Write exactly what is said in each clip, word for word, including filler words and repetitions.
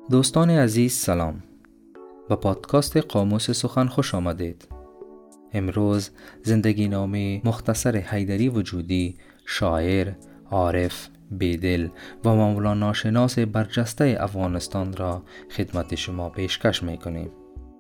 دوستان عزیز سلام، با پادکست قاموس سخن خوش آمدید. امروز زندگی نامه مختصر حیدری وجودی، شاعر، عارف، بیدل و مولانا شناس برجسته افغانستان را خدمت شما پیشکش می‌کنیم.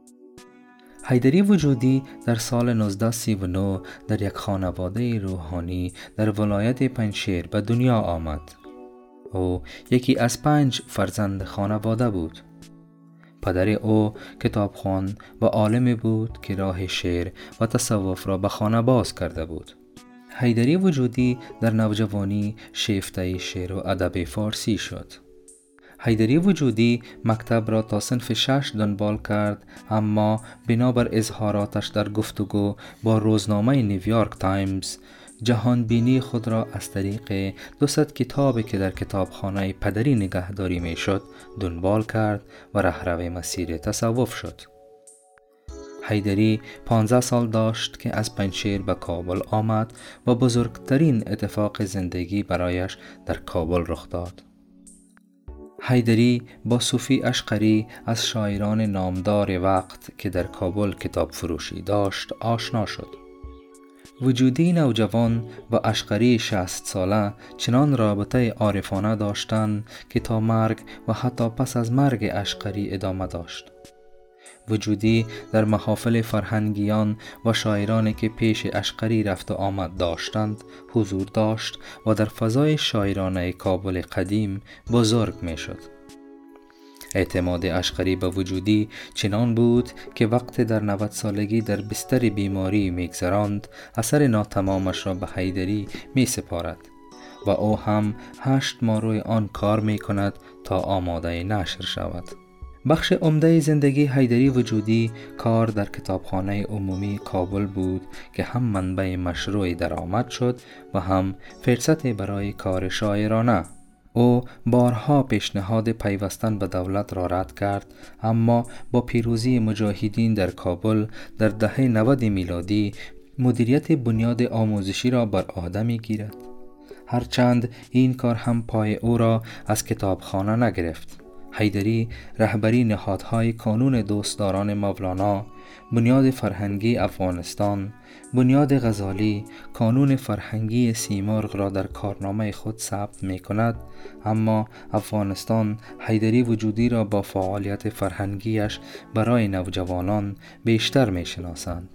حیدری وجودی در سال نوزده سی و نه در یک خانواده روحانی در ولایت پنجشیر به دنیا آمد. او یکی از پنج فرزند خانواده بود. پدر او کتابخوان و عالم بود که راه شعر و تصوف را به خانه باز کرده بود. حیدری وجودی در نوجوانی شیفته شعر و ادب فارسی شد. حیدری وجودی مکتب را تا صنف شش دنبال کرد، اما بنابر اظهاراتش در گفتگو با روزنامه نیویورک تایمز جهان بینی خود را از طریق دوصد کتابی که در کتابخانه پدری نگهداری می شد دنبال کرد و رهرو مسیر تصوف شد. حیدری پانزده سال داشت که از پنجشیر به کابل آمد و بزرگترین اتفاق زندگی برایش در کابل رخ داد. حیدری با صوفی اشقری از شاعران نامدار وقت که در کابل کتاب فروشی داشت آشنا شد. وجودی نوجوان و اشقری شصت ساله چنان رابطه عارفانه داشتند که تا مرگ و حتی پس از مرگ اشقری ادامه داشت. وجودی در محافل فرهنگیان و شاعرانی که پیش اشقری رفت و آمد داشتند حضور داشت و در فضای شاعرانه کابل قدیم بزرگ می شد. اعتماد اشقری به وجودی چنان بود که وقت در نود سالگی در بستر بیماری میگذراند اثر ناتمامش را به حیدری می سپارد و او هم هشت ماه روی آن کار می کند تا آماده نشر شود. بخش عمده زندگی حیدری وجودی کار در کتابخانه عمومی کابل بود که هم منبع مشروع درآمد شد و هم فرصت برای کار شاعرانه. او بارها پیشنهاد پیوستن به دولت را رد کرد، اما با پیروزی مجاهدین در کابل در دهه نود میلادی مدیریت بنیاد آموزشی را بر عهده می‌گیرد. هرچند این کار هم پای او را از کتابخانه نگرفت. حیدری رهبری نهادهای کانون دوستداران مولانا، بنیاد فرهنگی افغانستان، بنیاد غزالی، کانون فرهنگی سیمرغ را در کارنامه خود ثبت می کند، اما افغانستان حیدری وجودی را با فعالیت فرهنگیش برای نوجوانان بیشتر می شناسند.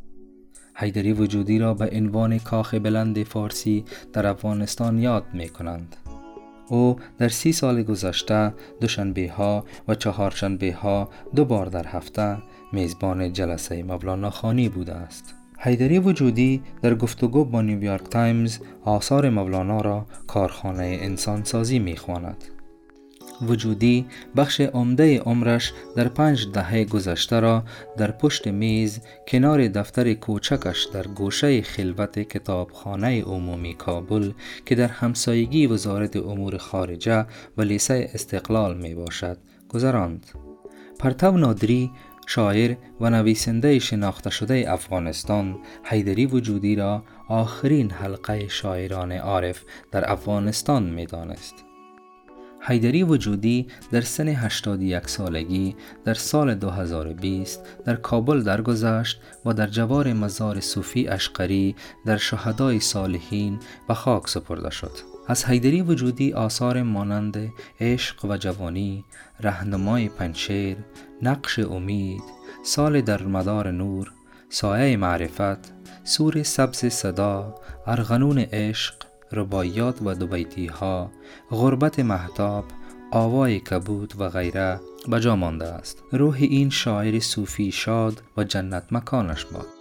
حیدری وجودی را به عنوان کاخ بلند فارسی در افغانستان یاد می کنند. او در سی سال گذشته دوشنبه ها و چهارشنبه ها دو بار در هفته میزبان جلسه مولانا خوانی بوده است. حیدری وجودی در گفتگو با نیویورک تایمز آثار مولانا را کارخانه انسانسازی می‌خواند. وجودی بخش عمده عمرش در پنج دهه گذشته را در پشت میز کنار دفتر کوچکش در گوشه خلوت کتابخانه عمومی کابل که در همسایگی وزارت امور خارجه و لیسه استقلال می باشد گذراند. پرتو نادری، شاعر و نویسنده شناخته شده افغانستان، حیدری وجودی را آخرین حلقه شاعران عارف در افغانستان می دانست. حیدری وجودی در سن هشتاد و یک سالگی در سال دو هزار و بیست در کابل درگذشت و در جوار مزار صوفی اشقری در شهدای صالحین به خاک سپرده شد. از حیدری وجودی آثار مانند عشق و جوانی، رهنمای پنجشیر، نقش امید، سال در مدار نور، سایه معرفت، سور سبز صدا، ارغنون عشق، رباعیات و دوبیتی ها، غربت مهتاب، آوای کبود و غیره به جا مانده است. روح این شاعر صوفی شاد و جنت مکانش باد.